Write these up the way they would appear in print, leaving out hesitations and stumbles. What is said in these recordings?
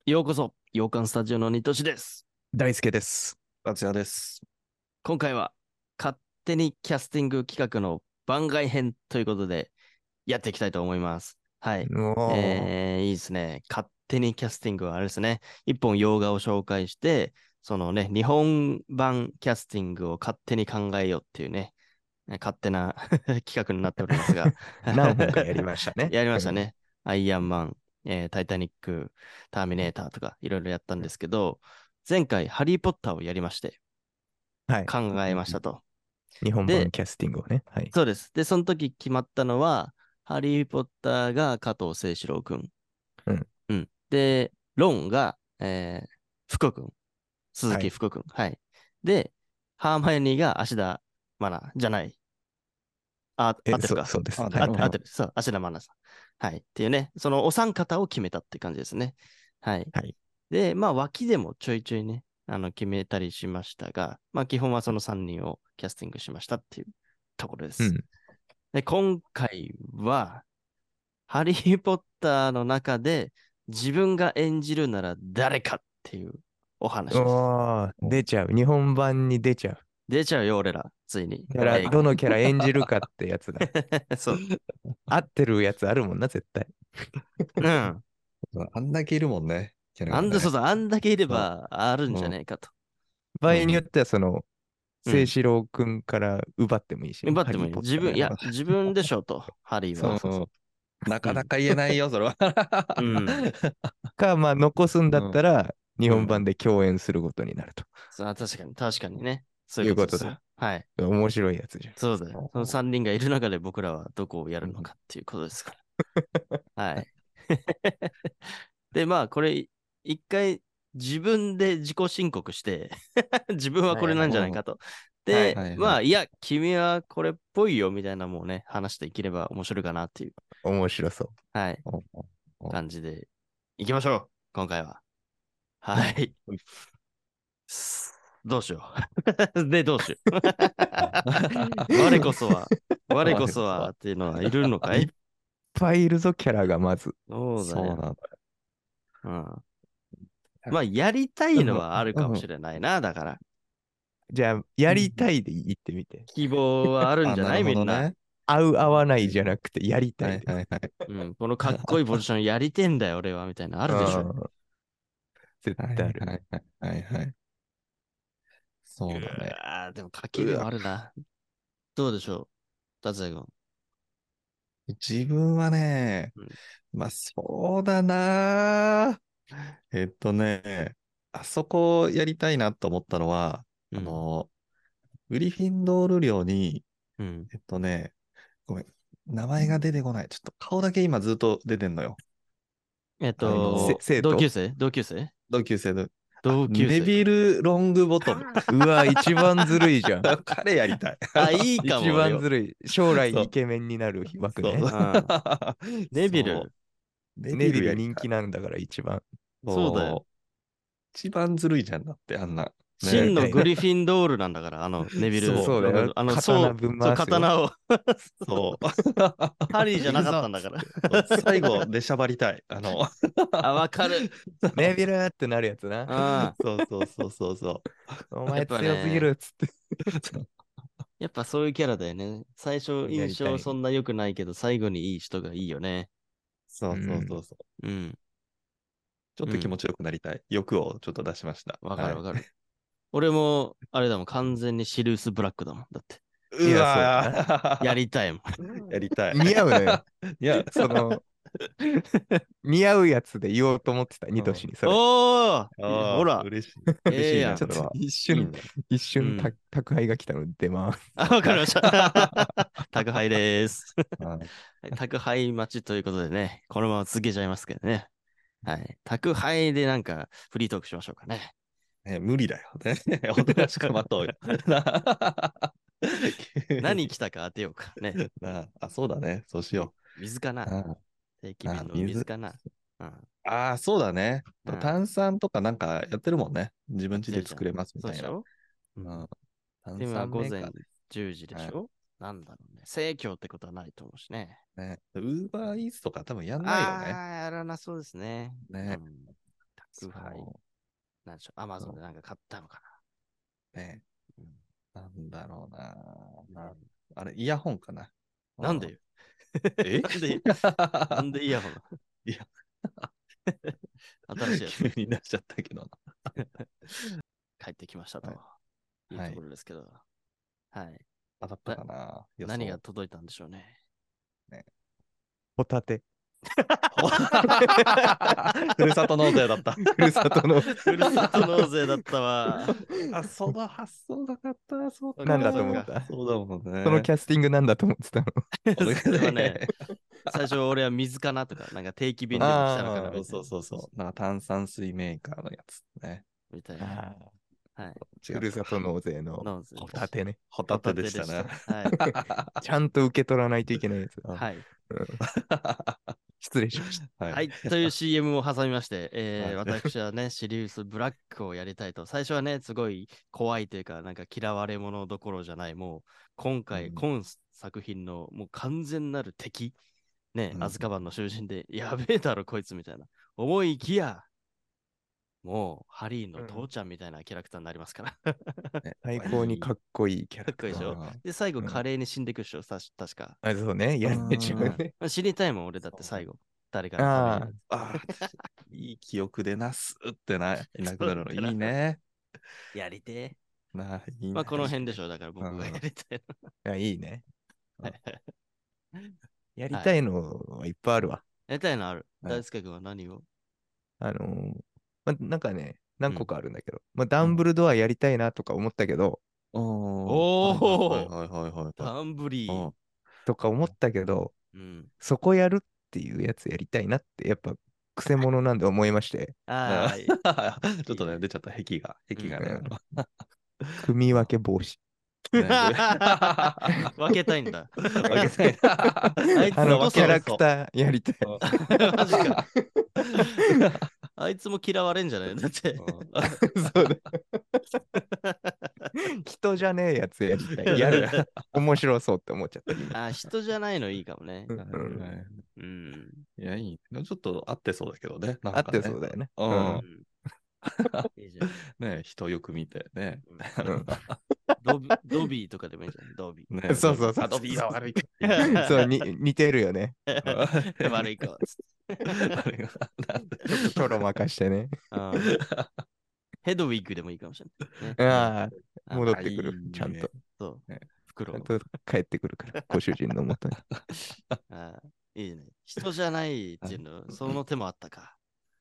ようこそ、洋館スタジオのニトシです。 大輔です。 達也です。 今回は、勝手にキャスティング企画の番外編ということで、やっていきたいと思います。はい。 おー、 いいですね。勝手にキャスティングはあれですね。一本洋画を紹介して、そのね、日本版キャスティングを勝手に考えようっていうね、勝手な企画になっておりますが何本かやりましたね。 やりましたうん。 ね。アイアンマン、タイタニック、ターミネーターとかいろいろやったんですけど、前回ハリーポッターをやりまして、 はい。 考えましたと。 日本版で、 キャスティングをね。はい。 そうです。で、その時決まったのは、ハリーポッターが加藤清史郎くん。 うん。 うん。で、ロンが、福君。鈴はい。 木福君。はい。で、ハーマイオニーが芦田愛菜じゃない。合ってるか。 そうです。 あ、ではい。 も、 はい。 合ってる。そう、芦田愛菜さん。はい。っていうね、そのお三方を決めたって感じですね。はい。 はい。 で、まあ、脇でもちょいちょいね、決めたりしましたが、まあ、基本はその3人をキャスティングしましたっていうところです。 うん。 で、今回は、ハリー・ポッターの中で自分が演じるなら誰かっていうお話です。 おー、出ちゃう。日本版に出ちゃう。 出ちゃうよ、俺ら、ついに。映画。 どのキャラ演じるかってやつだ。 そう。 合ってるやつあるもんな、絶対。 うん。 あんだけいるもんね、キャラがね。 そうそう、あんだけいれそばあるんう。 じゃうん。 ねえかと。 場うん。 合によっては、 うん。 清志郎くんから奪ってもいいしね。 奪ってもいい。 ハリー・ポッ自分、いや、 ターの。 自分でしょうと、ハリーは。 そう。なうん。 かなか言えないよ、それは。 うん。 か、まあ、残すんだうん。 ったら、日うん。 本版で共演することになるとさあ、確かに、確かにね。そういうことですよ。 いうことだ。 はい。 面白いやつじゃないですか。 そうだよ。その3人がいる中で僕らはどこをやるのかっていうことですから。はい。で、まあ、これ、一回自分で自己申告して自分はこれなんはいはい。 うん。 じゃないかと。 はい。 で、まあ、 はいはい。 いや、君はこれっぽいよみたいなもんね、話していければ面白いかなっていう、 面白そう。 はい、 うんうん感じでいきましょう。今回は。 うんはい。どうしよう。で、どうしよう。我こそは、我こ我こそは。 そはっていうのはいるのかいっい？ ぱいいるぞ、キャラがまず。 そうだよ。 そうなんだうん。 よ。 まあ、やりたいのはあるかもうん。 しれないな、だから。 じゃあ、やりたうん。 いで言ってみて。 希望はあるんあ、 じゃななるいみんな。 ほどね。 合う合わないじゃなくて、やりたはいいで。 はいはい。 うん。このかっこいいポジションやりてんだよ、俺は、みたいな、あうるでしょ。 ん。絶はい対ある。 はいはいはいはい。 うそうだね。 わー、でも賭けでもうわ。 あるな。どうでしょう、達也君。 自分はね、 うん。 まあそうだな。あそこやりたいなと思ったのは、 うん。 グリフィンドール寮に、 うん。 えっとね、ごめん、名前が出てこない。ちょっと顔だけ今ずっと出てんのよ。 生徒。 同級生同級生で。あ、 同級ネ生か。 ビル・ロングボトム。 うわ、一番ずるいじゃん。 彼やりたい。 あ、いいか一もよ。 番ずるい。将来そう、 イケメンになる枠そう、 ね。 うん。ネビそル。 う。ネビネビルルやりたい。 人気なんだから一番。 そうだよ。 そう。一番ずるいじゃんだって、あんな。ね。 真のグリフィンドールなんだから、ネビル・そう、 そうだよ。 ロング、そう、 刀ぶん回すよ。 刀をそう。 ハリーじゃなかっ行くぞたんだからっつって。 そう最後、出しゃばりたい。 あ、わかる。 ネビルってなるやつな。 ああ、 そうそうそうそうそおやっぱ前強すぎるね、 っつって。 う。 やっぱそういうキャラだよね。最初やりたい。 印象そんな良くないけど、最後にいい人がいいよね。 そうそうそうん。 うそう。 うん、 ちょっうん。 と気持ちよくなりたい。欲をちょっと出しました。 わかはい。 るわかる。俺も、あれだもん、完全にシルース・ブラックだもん。だって、 いうや、そうだな。 やわりたいもん。 ーやりたい。 似合うのよ。 いや、 その、似合うやつで言おうと思ってた、 うん。 ニトシにそれ。 おー、ほああ、 ら、 嬉しい。嬉しいな、 ええやん。 ちょっとそれは。 いいね。 一瞬うん。 宅配が来たので出ます。 あ、わかりました。宅配でーす。 あはい、宅配待ちということでね、このまま続けちゃいますけどね。はい。宅配でなんかフリートークしましょうかね。 無理だよ。ね、おとなしく待とうよ。急に何来たか当てようかね。 そうだね。そうしうん。 よ水かう。 な？定期便の水水。 かな？うん。 そうだね。 うん。 炭酸とかなんかやってるもんね。自やっ分家てるじゃん。 で作れますみたいな。 そうでしょ？うん。 うん。炭で、今午前酸メーカーで。 10時ではい。 しょ？なんだろうね。盛況ってことはないと思うしね。 ね。ウーバーイーツとか多分やんないよね。 あー、やらなそうですね。うね。 ん。 腐敗。なんでしょう、アマゾンでなんか買ったのかね。 な。 なんだろうな。 うんあれ、イヤホンかな。 なんでよ。 えなんでイヤホンいや、 新しいやつ急に出しちゃったけど帰ってきましたとはいいうところですけど。はい。 当たったかな予想何が届いたんでしょうね。 ホタテ。 ふるさと納税だった。 ふるさとの。 ふるさと納税だったわ。 あ、その発想なかった。そうか。 なんだと思ったそうだもんね。 そのキャスティングなんだと思ってたの。 それはね、最初俺は水かなとか、なんか定期便でも来たのかなみたいな。 そうそうそう。なんか炭酸水メーカーのやつね。 みたいな。はい。 違ふるさと納税の納税ホタテね。 ホタテでしたね。 はちゃんと受け取らないといけないやつ。 い。はい。 うん失礼しました。 はい。という CM を挟みまして、 はい私はね、シリウス・ブラックをやりたいと。最初はね、すごい怖いというか、なんか嫌われ者どころじゃない、もう、今作品のもう完全なる敵、ね、アズカバンの囚人で、やべえだろ、こいつみたいな。思いきや、もう、ハリーの父ちゃんみたいなキャラクターになりますから。 最高にかっこいいキャラクター。 かっこいいでしょで、最後、華麗に死んでいくでしょ、確か。 あ、そうね。やられちゃうね。 死にたいもん、俺だって最後。誰かのあために。 あーいい記憶でなすっていなくなるのいいね。 やりてえ。 いいね。 まあ、この辺でしょう。だから僕がやりたいあ、いいね。 の。 やりたいのはいっぱいあるわ。 やりたいのある。 はい大輔君は何をなんかね、何個かあるんだけど、ダうんンブルドアやりたいなとか思ったけど、 おーはいはいはいはいはい。 タンブリー。 とか思ったけど、 うん。 そこやるっていうやつやりたいなって、やっぱ、くせ者なんで思いまして、 ああ、 ちょっとね、出ちゃった壁がね。 組み分け防止。 ね分けたいんだ。 分けたいあいつこそキャラクターやりたい。 マジか。あいつも嫌われんじゃないだって。 そうだ。人じゃねえやつやりたい。やる。面白そうって思っちゃった、今。 人じゃないのいいかもね。うん。 いや、いい。ちょっと合ってそうだけどね。 合ってそうだよね。 いいじゃん。 ね、人よく見てね。 ドビーとかでもいいじゃん。ドビー。 ねそうそうそう。 アドビーは悪い。 そう、似てるよね。 悪い子。 ちょっとちょろまかしてね。 ヘドウィッグでもいいかもしれない。 ああ、戻ってくる。ちゃんと。 そう。 ち袋ゃんと帰ってくるから、ご主人のもとに。 いいね。人じゃないっていうの、その手もあったか。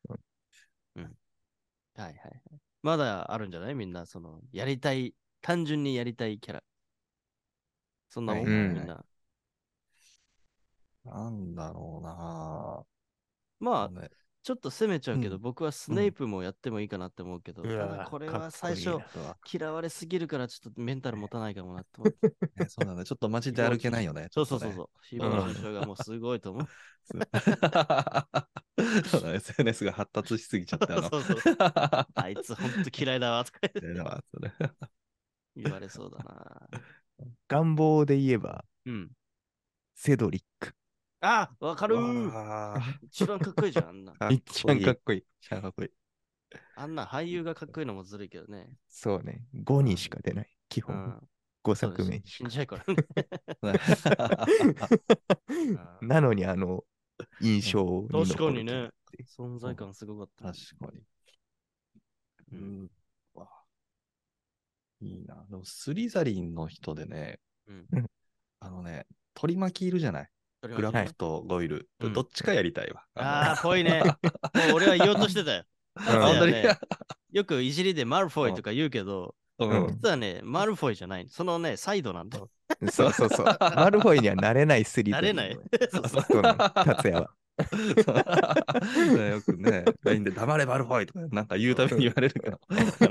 はいはい。まだあるんじゃないみんな、やりたい、単純にやりたいキャラ。そんなもん、みんな。 なんだろうな。 まあ、ちょっと攻めちゃうけど、僕はスネイプもやってもいいかなって思うけど、ただこれは最初嫌われすぎるからちょっとメンタル持たないかもなって思って。 そうだね。ちょっとマジで歩けないよね。 そう。誹謗中傷がもうすごいと思う。 そうだね。SNS が発達しすぎちゃったよ。 あいつほんと嫌いだわとか言われそうだな。 願望で言えば、セドリック。 わかる一番かっこいいじゃん、あんな。 一番かっこいい。 あんな俳優がかっこいいのもずるいけどね。 そうね。5にしか出ない。基本。5作目死んじゃいからね。なのに印象に残る。 確かにね。存在感すごかった。 確かに。いいな。でもスリザリンの人でね、取り巻きいるじゃない。グラップとゴイル。どっちかやりたいわ。 ぽいね。俺は言おうとしてたよ。よくいじりでマルフォイとか言うけど、実はね、マルフォイじゃない。そのね、サイドなんだよ。 そう。マルフォイにはなれないスリザリン。 なれない。 達也は。 よくね、LINE で黙れマルフォイとかなんか言うたびに言われるけど。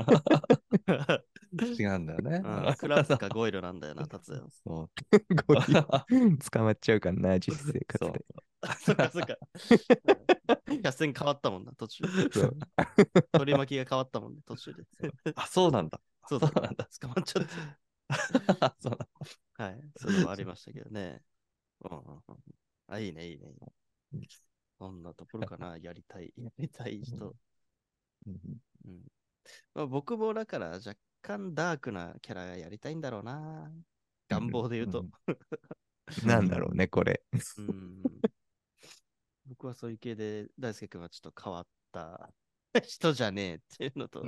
違うんだよね。 クラップかゴイルなんだよな、達也。 ゴイル。捕まっちゃうかな、実生活で。 そっか。キャスティング変わったもんな、途中。取り巻きが変わったもんね、途中で。 そうなんだ。 そうなんだ。捕まっちゃって。はい、そういうのもありましたけどね。いいね。そんなところかな、やりたい人。 うんまあ、僕もだから若干ダークなキャラやりたいんだろうな。願望で言うと。 なんだろうね、これ。 うん僕はそういう系で、大輔君はちょっと変わった人じゃねえっていうのと、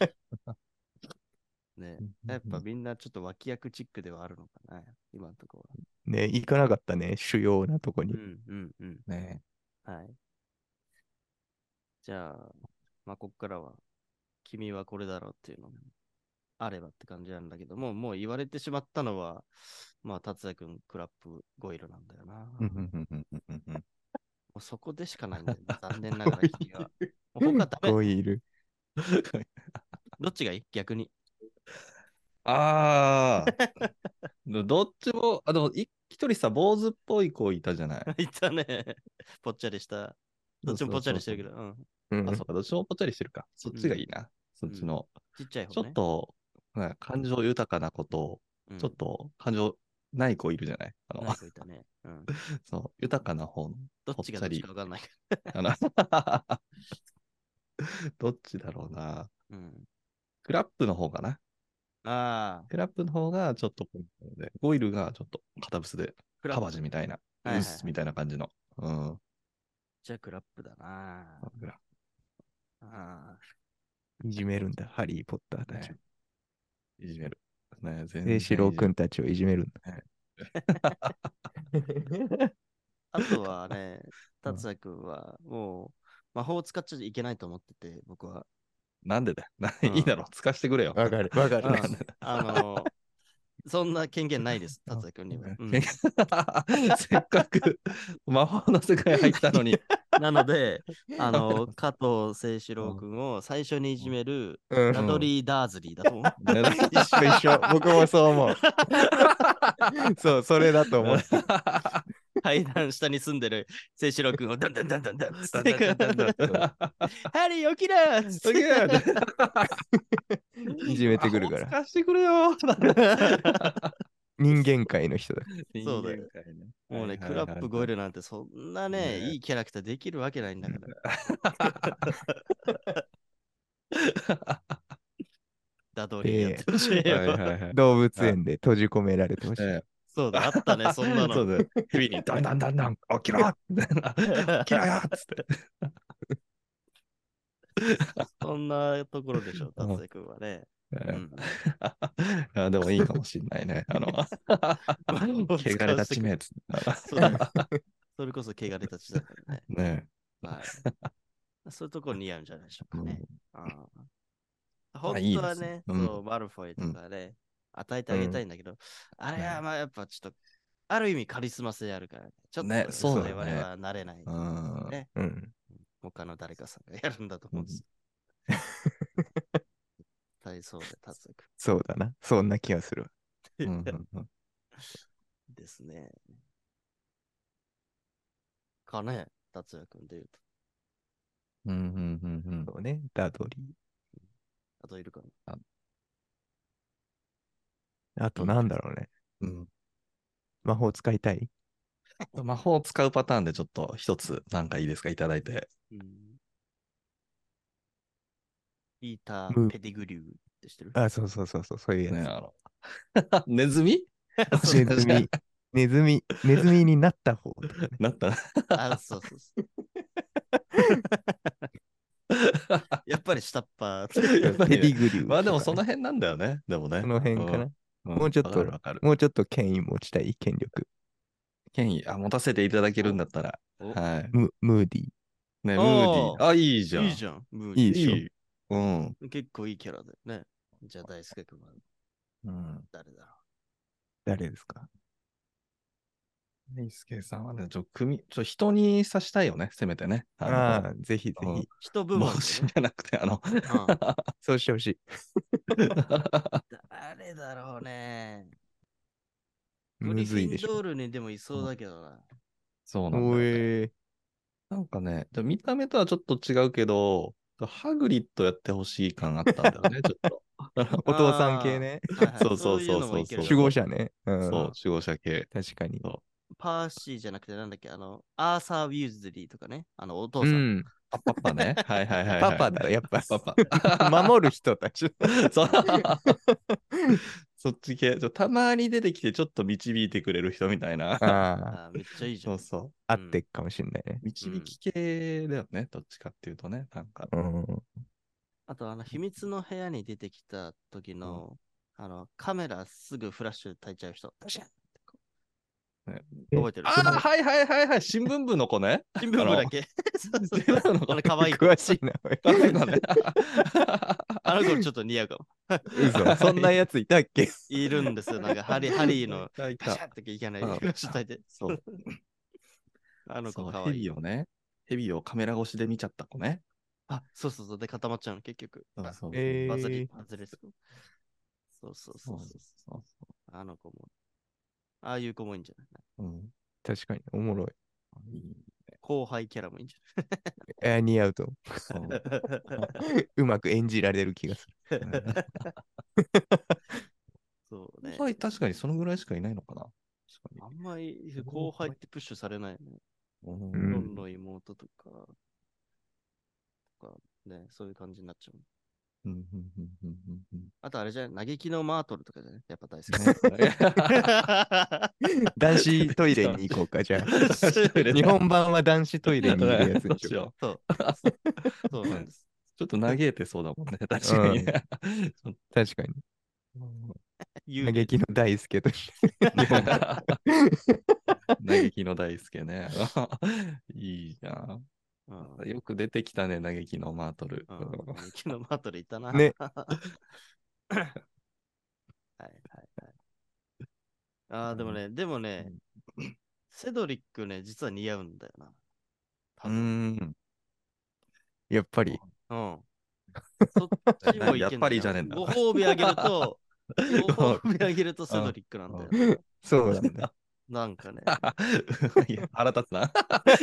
ね、やっぱみんなちょっと脇役チックではあるのかな、今のところは。 ね、行かなかったね、主要なとこに。 ね。 はい。じゃあ、まあ、こっからは、君はこれだろうっていうのがあればって感じなんだけども、もう言われてしまったのは、まあ、達也君、クラップゴイルなんだよな。もうそこでしかないんだよ。残念ながら君は。もう他ダメ。 ゴイル。 どっちがいい逆に。 ああ、どっちも、でも一人さ、坊主っぽい子いたじゃない。 いたね。ぽっちゃりした。どっちもぽっちゃりしてるけど。 あ、そうか、どっちもぽっちゃりしてるか。そっちがいいな。そっちの。 ちっちゃいち方ね。 ょっと、感情豊かな子と、ちょっと感情ない子いるじゃない。 ない子いたね。 そう、豊かな方のどっちがどっちかわかんないけあのどっちだろうな。 ど。 クラップの方かな。 ああ。 クラップの方がちょっとで、ゴイルがちょっと堅ブスで、カクラップバジみたいな、 はいはいはいウスみたいな感じの。 じゃあクラップだな。あいじめるんだ、ハリー・ポッターたちを。 いじめる。ね、全聖志郎くんたちをいじめるんだ。 あとはね、達也君はもう魔法を使っちゃいけないと思ってて、僕は。 なんでだよ。いいだろ、使わしてくれよ。 わかる、わかる。 そんな権限ないです、達也君には。 せっかく魔法の世界入ったのに。 なので、加藤清志郎君を最初にいじめるうんダドリー・ダーズリーだと思う。 一緒一緒。僕もそう思う。そう、それだと思う。 階段下に住んでる清志郎君をダンダンダンダンダンつってハリー起きろっつっていじめてくるから。 貸してくれよ。 人間界の人だ。 そうだよ。もうね、クラップゴイルなんてそんなね、いいキャラクターできるわけないんだから。ダドリーやってほしいよ。 動物園で閉じ込められてほしい。 そうだ、あったね、そんなの。 そうだよ。日々に、だんだんだんだん、起きろ起きろよっつって。 そんなところでしょ、達也君はね。 でもいいかもしんないね。汚れた地名つ。 それこそ汚れた地だからね。 ねはい。そういうところ似合うんじゃないでしょうかね。本当はね、そう、マルフォイとかね、与えてあげたいんだけど、あれはまあやっぱちょっと、ある意味カリスマ性あるからね。ちょっとそう我々は慣れないね。他の誰かさんがやるんだと思うんです。体操で達也君。 そうだな。そんな気がする。 ですね。かね、達也君で言うと。 そうね、ダドリー。 あといるかな。 あとなんだろうね。魔法使いたい？ 魔法を使うパターンでちょっと一つなんかいいですか、いただいて。 ピーター・ペディグリューって知ってる？ あ、そうそうそうそう、そういうやつ。ネズミネズミになった方とかね。 なったあ、そうそうそう。やっぱり下っ端。 ペディグリュー。 まあでもその辺なんだよね。でもね。 その辺かな。もうちょっと権威持ちたい、権力。 権威、持たせていただけるんだったら。はい。 ムーディー。 ね、ムーディー。あ、いいじゃん。 いいじゃん。ムーディー。いいでしょ。結構いいキャラだよね。じゃあ大輔君は。誰だろう。 誰ですか？ 大輔さんはね、人にさしたいよね、せめてね。 ぜひぜひ。 人部門帽子じゃなくて、 そうしてほしい。 誰だろうね。 むずいでしょ。 ドールにでもいそうだけどな。 そうなんだよね。なんかね、見た目とはちょっと違うけど、ハグリッドやってほしい感あったんだよね、ちょっと。 お父さん系ね。 そう。 守護者ね。 そう、守護者系。 確かに。 パーシーじゃなくて、なんだっけ、アーサー・ウィズリーとかね、お父うさん。 ん。 あ、パパね。はいはいはい、はい。 パパだ、やっぱ。 パパ。 守る人たち。 そうそっち系。たまに出てきてちょっと導いてくれる人みたいな。 ああ、 めっちゃいいじゃん。 そうそ合ってっかもしんないね。 う。導き系だよね。どっちかっていうとね。なんか。 うん。 あと、秘密の部屋に出てきた時の、カメラすぐフラッシュ焚いちゃう人。 ね、 覚えてる？ ああ、はいはいはいはい。新聞部の子ね。 新聞部だけそうそう新聞部の子。 可愛い子。 詳しいな、おい。 可愛い子ね。 あの子ちょっと似合うかも。 嘘、そんなやついたっけ？ いるんですよ。なんかハリーのいたいたパシャっていかないでフラッシュ焚いて。 そう。 あの子そう、 可愛い。 ヘビをね。ヘビをカメラ越しで見ちゃった子ね。 あ、そうそうそう。で、固まっちゃうの、結局。 そうそう。 バズえレス。そうそうそそううそうあの子も。ああいう子もいいんじゃない？ うん。 確かに、おもろい。 いい後輩キャラもいいんじ似合うと思そうゃう。うまく演じられる気がする。 ねそうね。 はい、確かにそのぐらいしかいないのかな。確かあんまり後輩ってプッシュされないね。 に。 うロんンの妹とかね、そういう感じになっちゃう。 うんうんうんうんうんうんあとあれじゃない、嘆きのマートルとかじゃない、やっぱ大好き。 ね男子トイレに行こうか、じゃあ。 レ日本版は男子トイレにいるやつにしよどうしよそうなんです。 ちょっと嘆いてそうだもんね。確う。 かにね。 うん、確かに。 幽霊嘆きの大輔として。 日本が嘆きの大輔ね。いいじゃん。 うんよく出てきたね、嘆きのマートル。 嘆きのマートルいたな。 ねはいはいはい。でもね、セドリックね、実は似合うんだよな。 う多分。 ん。 やっぱり。 うん。そっちもいやっぱけんだよ。 りじゃねえんだ。 ご褒美あげると、ご褒美あげるとセドリックなんだよな。 そうなんだ。 なんかね。 いや腹立つな。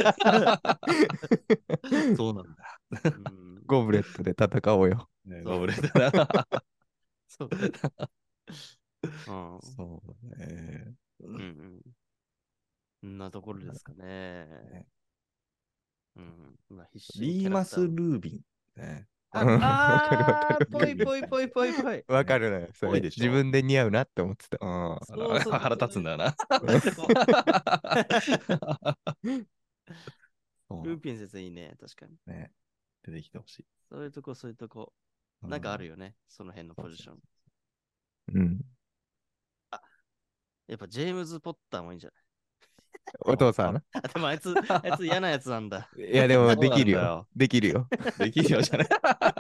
そうなんだ。 うん。 ゴブレットで戦おうよ。 ね、 そうゴブレットな。 そう。うん。うんそうね。 うん。そんなところですかね。うん。まあ、必死にキリーマス・ャラクターを。 ルービン。ね。 うんわかるわかる。 ぽいぽいぽいぽいぽい。 わかるのよ。それ多いでしょ自分で似合うなって思ってた。 そうそう腹立つんだよな。 うんそうルーピン先生いいね。確かに。 ね。出てきてほしい。 そういうとこ、そういうとこ。なんかあるよね。その辺のポジション。 うん。 やっぱジェームズ・ポッターもいいんじゃない？ お父さんな。 でもあいつ嫌なやつなんだ。 いや、でもできるよそうなんだよ。 できるよ。 できるよじゃね。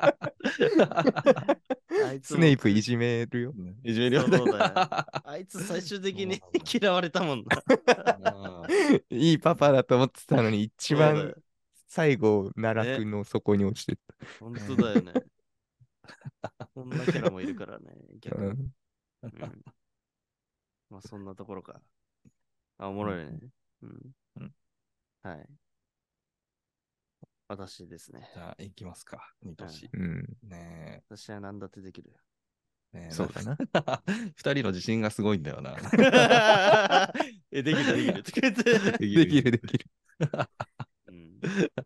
あいつもスネイプいじめるよ。 いじめるよ。 そうだよ。あいつ最終的にそうなんだ嫌われたもんな。 いいパパだと思ってたのに、一そうだよ番最後、奈落の底に落ちてっ本当だよね。こんなキャラもいるからね、 た。 逆に。 うんうんまあそんなところか。おもろいね。うんうんはい。私ですね。 じゃあ、行きますか。2都市。 うん。 ね私は何だってできる。 え。ねえそうだな。 二人の自信がすごいんだよな。 できる、できる。って言ってできるできる。 うん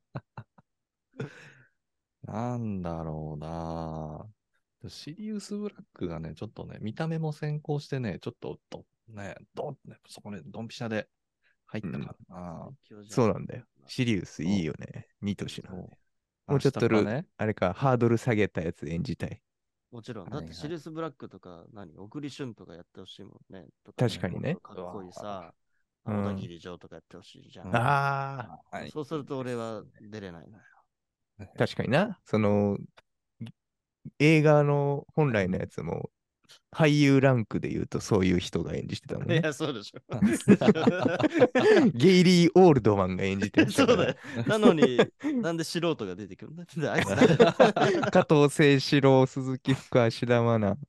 なんだろうな。シリウス・ブラックがね、ちょっとね、見た目も先行してね、ちょっとそこね、ドンピシャで入ったからな。 そうなんだよ。シリウスいいよね。ニトシなんそうで。もうちょっと明日かね。 あれか、ハードル下げたやつ演じたい。 もちろん。だってはいはいシリウス・ブラックとか、小栗旬とかやってほしいもんね。と確かにねかっこいいさ、 うん小田切城とかやってほしいじゃん。 ああ、 はいそうすると俺は出れないのよ。 確かにな。映画の本来のやつも、俳優ランクで言うとそういう人が演じてたもんね。 いや、そうでしょ。 ゲイリー・オールドマンが演じてましたからそうだよ。なのに、なんで素人が出てくるんだって、あいつ誰だ加藤清史郎、鈴木福、芦田愛菜、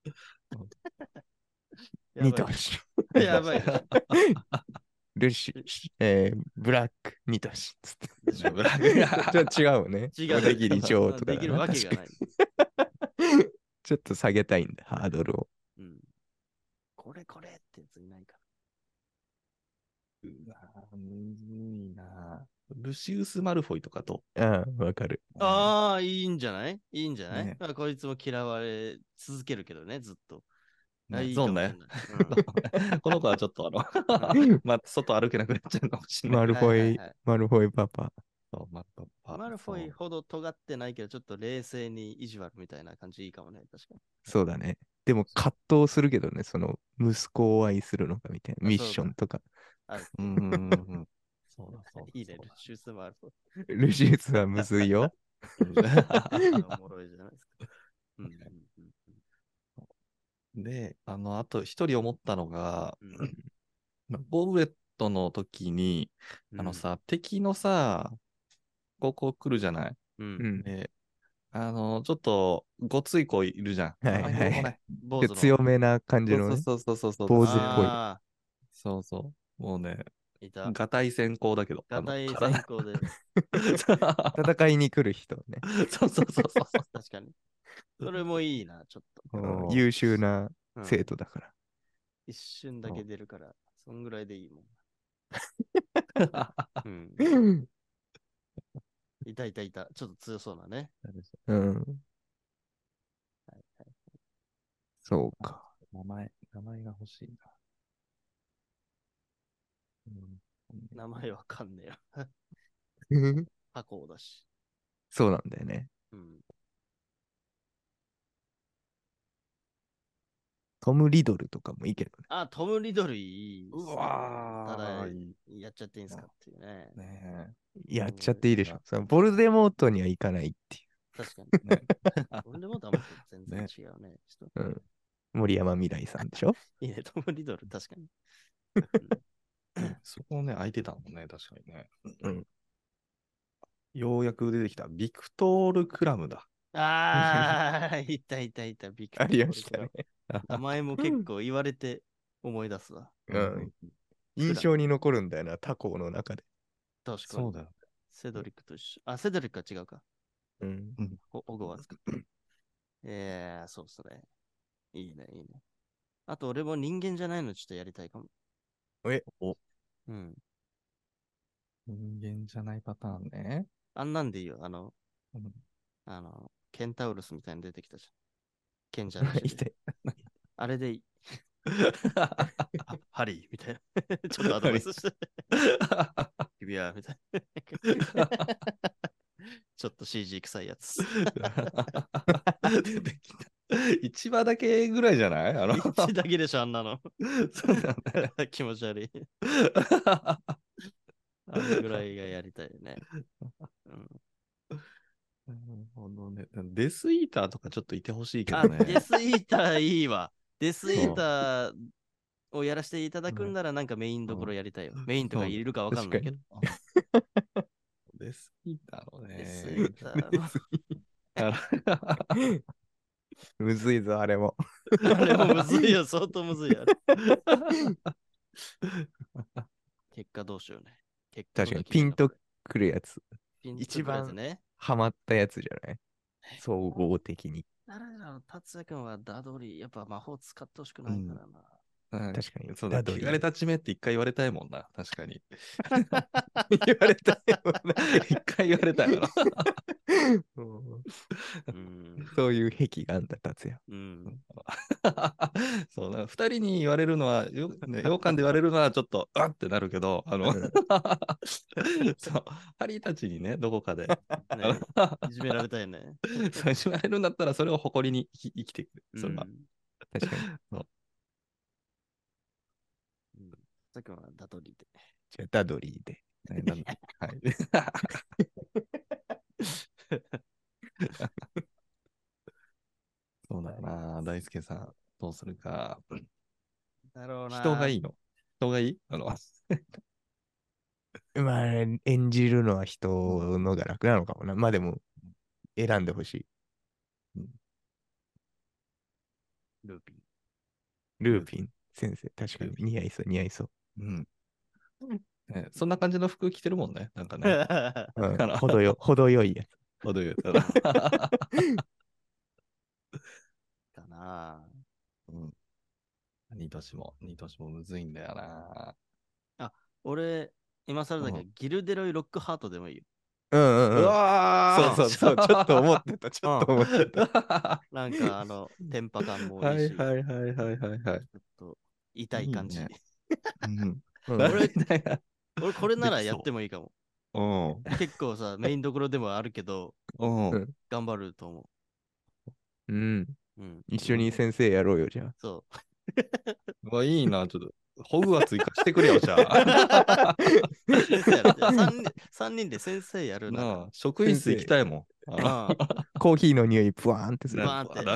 やばいニトシ、 やばいでしょ。 ルシ、ブラック、ニトシ、つって。 でしょブラックちょっと違うもんね。 違う。 小田切城とかできるわけがない。 ちょっと下げたいんだ、ハードルを。 うん。これってやついないかむずいな。ルシウス・マルフォイとかと。 ああ、わかる。 ああ、いいんじゃないいいんじゃない、 ねまあこいつも嫌われ続けるけどね、ずっと。あ、 ね、 いいそうね。 かもしれない。うんこの子はちょっとまあ、外歩けなくなっちゃうかもしれないマけど。 ルフォイ、 はいはいはい。 マルフォイパパ。 そう、 マルフォイほど尖ってないけど、ちょっと冷静に意地悪みたいな感じいいかもね、確かに。 そうだね。でも葛藤するけどね、その息子を愛するのかみたいなあ、 ミッそうだ。 ションとか。 ある。 うんうんうんうん。そうだ、そうだ。 いいね、 そうだルシウスもある。 ルシウスはむずいよ。 おもろいじゃないですか。うんうんで、あと一人思ったのが、 うんうんボブレットの時に、 うん敵のさ、こ来るじゃないうんうん。 で、ちょっと、ごつい子いるじゃん。 はい名前出はい。 てこない。 坊主の。 強めな感じそうのね、 そうそうそうそう。 坊主っぽい。 あそうそう。もうね、 あ、いた。 がたい先行だけど、 ガタイ体。 先行で。 戦いに来る人ね。 そうそうそうそうそ確かに。それもいいな、ちょっと。 う。 優秀なうん生徒だから。 一瞬だけ出るから、そんぐらいでいいもん。うん。いたいたいた。ちょっと強そうなね。 うん。 はいはい、 そうか。 名前が欲しいな。 名前わかんねえよ。箱だし。 そうなんだよね。 うん。 トム・リドルとかもいいけどね。 あ、トム・リドルいいっうすね。ただ、 わー、いいやっちゃっていいんすかっていうね。 ねやっちゃっていいでしょ。そのボルデモートにはいかないってい確かに。 え。ね俺でもとはもっと全然ね違うね。ちょっう。うん。森山未来さんでしょ。 といいね、トム・リドル、確かに。 そこね、空いてたもんね、確かにね。 うん。 ようやく出てきた。ビクトール・クラムだ。 ああ、いたいたいた、ビクあトールりましたね。 名前も結構言われて思い出すわ。 うん。印象に残るんだよな、他校の中で。 確かに。 そうだよ。 セドリックと一緒。あ、セドリックは違うか。 うん。 オグワーツか。そうっすね。いいね、いいね。あと、俺も人間じゃないのちょっとやりたいかも。 お、 うん。 人間じゃないパターンね。 あんなんでいいよ。 うんケンタウルスみたいに出てきたじゃん。賢者の石で。 いてあれでいい。ハリーみたいな。ちょっとアドバイスして。君は、みたいな。ちょっと CG 臭いやつ。 出てきた。一話だけぐらいじゃない一だけでしょ、あんなの。 そうだね。 気持ち悪い。あれぐらいがやりたいね。うんなるほどね。デスイーターとかちょっといてほしいけどあ、 ね。 デスイーターいいわ。デスイーそうターをやらせていただくんならなんかメインどころやりたいよ。メインとかいるかわかんないけど。 デスイーターのね。 デスイーターの。 むずいぞ、あれも。 あれもむずいよ、相当むずいよ。結果どうしようね。結果確かに、ピンとくるやつ。 ピンと一番くるやつね。 ハマったやつじゃない総合的に。 誰だろう、達也君はダドリー、やっぱ魔法使ってほしくないうんからな。 確かにそうだ、 ダドリー汚れた地名って一回言われたいもんな。確かに。 言われたよ一回言われたよな。 うん。 そういう癖があんだ、達也。 うん。 そうだ、二人に言われるのは、洋館で言われるのはちょっと、あってなるけど、そう、ハリーたちにね、どこかで、 ね、いじめられたいね。 そういじめられるんだったら、それを誇りに生きていく。それは。 確かに。 さっきはダドリーで。 じゃあ、ダドリーで。 はい。そうだよな、大輔さん。どうするか。 だろうな。 人がいいの人がいいまあ、演じるのは人のが楽なのかもな。まあでも、選んでほしい。 ルーピン。 ルーピン先生、確かに似合いそう、似合いそう。 うんね、そんな感じの服着てるもんね。なんかね。 程よいやつ。 程よい。 かな。 うん。ニトシもむずいんだよな。 あ、俺、 今更だけど、ギルデロイ・ロックハートでもいいよ。 ううんうんうん。 わーそうそうそう。ちょっと思ってた。ちょっと思ってた。 なんか、テンパ感もいいし、 はいはいはいはいはいはい。 ちょっと痛い感じ。 いいねうん。うんな俺みたいな。 俺、これならできそうやってもいいかも。 うん。 結構さ、メインどころでもあるけど、 うん。 うん頑張ると思うん。 う。うん。 一緒に先生やろうよ、じゃあ。 そう。 うわ、いいな、ちょっと。ホグワーツ行かしてくれよ、じゃあ。 先生やる。3人で先生やるなら。 なあ、職員室行きたいもん。 あコーヒーの匂い、ブワーンってする。 バーンって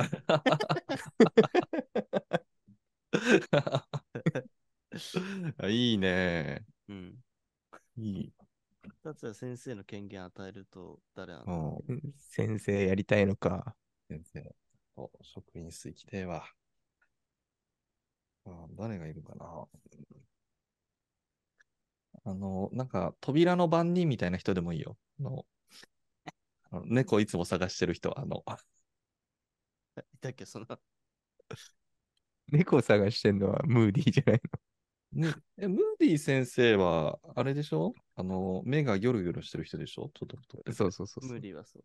いいね。 うん。 いい。 達也先生の権限与えると誰なうの？ ん。 先生やりたいのか。 先生。職員室行きてえわ。誰がいるかな。なんか、扉の番人みたいな人でもいいよ。猫いつも探してる人。 いたっけ、その。 猫を探してんのはムーディーじゃないムーディ先生は、あれでしょ目がギョロギョロしてる人でしょちょっと太っての。 てそうそうそうそう。 無理はそう。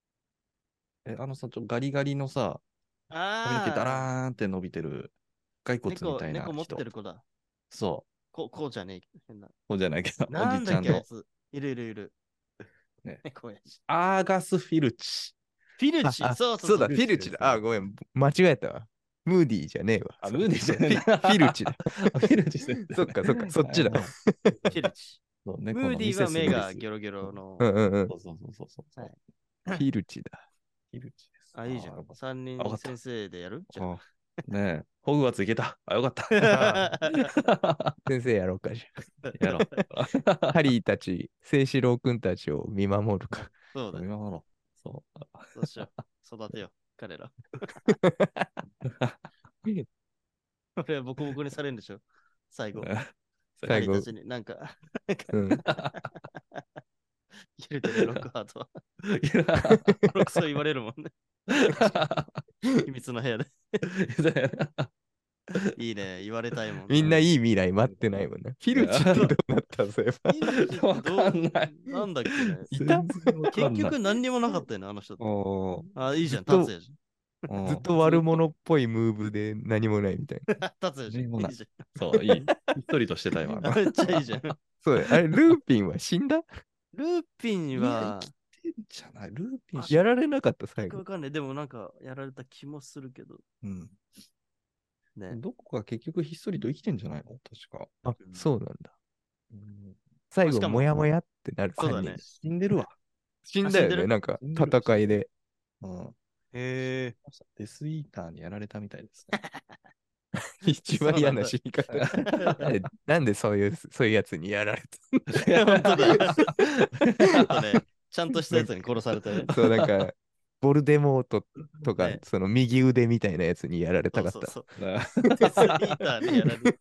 ガリガリのさ、髪の毛ダああ、 ラーンって伸びてる、骸骨みたいな猫持っ人。 てる子だ。 そう。 こうじゃねえ。変な。 そうじゃないけど、おなんだっけ、あいじちゃんの、 つ。いるいるいる。 ね、 猫やし。 アーガス・フィルチ。 フィルチ、そうそうそうだ、 そう。 フィルチだ。あ、ごめん。間違えたわ。ムーディーじゃねえわ。 ムーディじゃねえな。 フィルチだ。 フィルチ先生。 そっかそっか、そっちだ。 はいはいフィルチ。 そうムーディは目がギョロギョロの。 うんうんうん。 そうそうそうそう。 はいフィルチだ。 フィルチです。 あ、いいじゃん。 よかっ 3 あわかった人先生でやるじゃたねえ、ホグワーツ行けた。よかった。 あ。 先生やろうかじやろう。 ゃ。ハリーたち、聖志郎くんたちを見守るか。 そうだね。 見守ろう。そう。 そうしよう。育てよう。彼ら。俺はボコボコにされるんでしょ最後。 最後彼たちになんか、 うん。 ギルデルロックハートは。 いボロクソ言われるもんね。秘密の部屋で。いいね。言われたいもん。 みんないい未来待ってないもんね。フィルチってどうなったそういえば。 フィルチってわかんないなんだっけね。 いた結局何にもなかったよね、あの人って。 おあ、いいじゃん。 ずっと達也じーずっと悪者っぽいムーブで何もないみたいな。 ゃん。達也じゃん。 何もないいいじそう、いい。ひっそりとしてたよ。 ゃん。めっちゃいいじゃん。 そうだあれ、ルーピンは死んだルーピンは、 生きてんじゃないルーピンやられなかった、最後。 わかんない。でもなんか、やられた気もするけど。 うん。 ね。 どこか結局ひっそりと生きてんじゃないの確か。 あ、そうなんだ。 うん最後、 しかももやもやってなる。 そうだね犯人死んでるわ。 死んだよね、 死んでるなんか死んでる戦いで。 うん。 へえ。 デスイーターにやられたみたいですね。 一番嫌な死に方。なんでそういうやつにやられ本当だ。あとね、ちゃんとしたやつに殺されたね。 たそう、なんか、ボルデモートとか、 ねその右腕みたいなやつにやられたかった。 そうそうそう。デスイーターにやられる。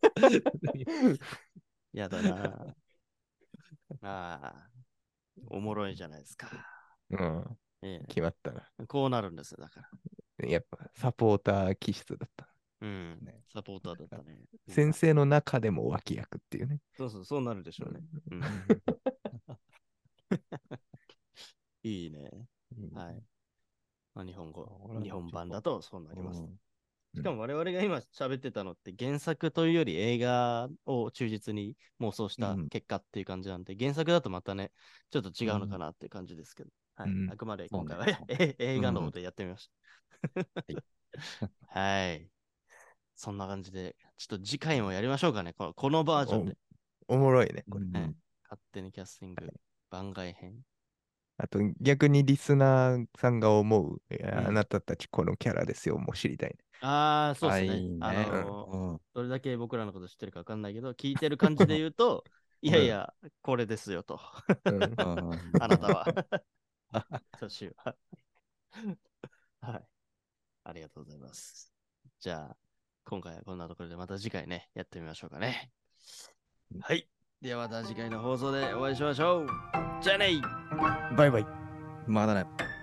やだな。ああ、おもろいじゃないですか。 うん、 え決まったな。 え、こうなるんですよ、だから。 やっぱ、サポーター気質だった。 うんね。 サポーターだったね。 先生の中でも脇役っていうね。 そうそう、そうなるでしょうね。うんいいね。はい。まあ、日本版だとそうなります。しかも我々が今喋ってたのって原作というより映画を忠実に妄想した結果っていう感じなんで、原作だとまたね、ちょっと違うのかなっていう感じですけど、はい。あくまで今回は映画の方でやってみました。はい。そんな感じで、ちょっと次回もやりましょうかね。このバージョンで。 おもろいね、これ。 勝手にキャスティング番外編。 あと逆にリスナーさんが思う、あなたたちこのキャラですよ、もう知りたいね。 ああ、そうですね。 いいねどれだけ僕らのこと知ってるか分かんないけど、聞いてる感じで言うと、いやいや、これですよと。あなたは。私は。はい。ありがとうございます。じゃあ、今回はこんなところでまた次回ね、やってみましょうかね。はい。ではまた次回の放送でお会いしましょう。じゃあねバイバイ。 まだね。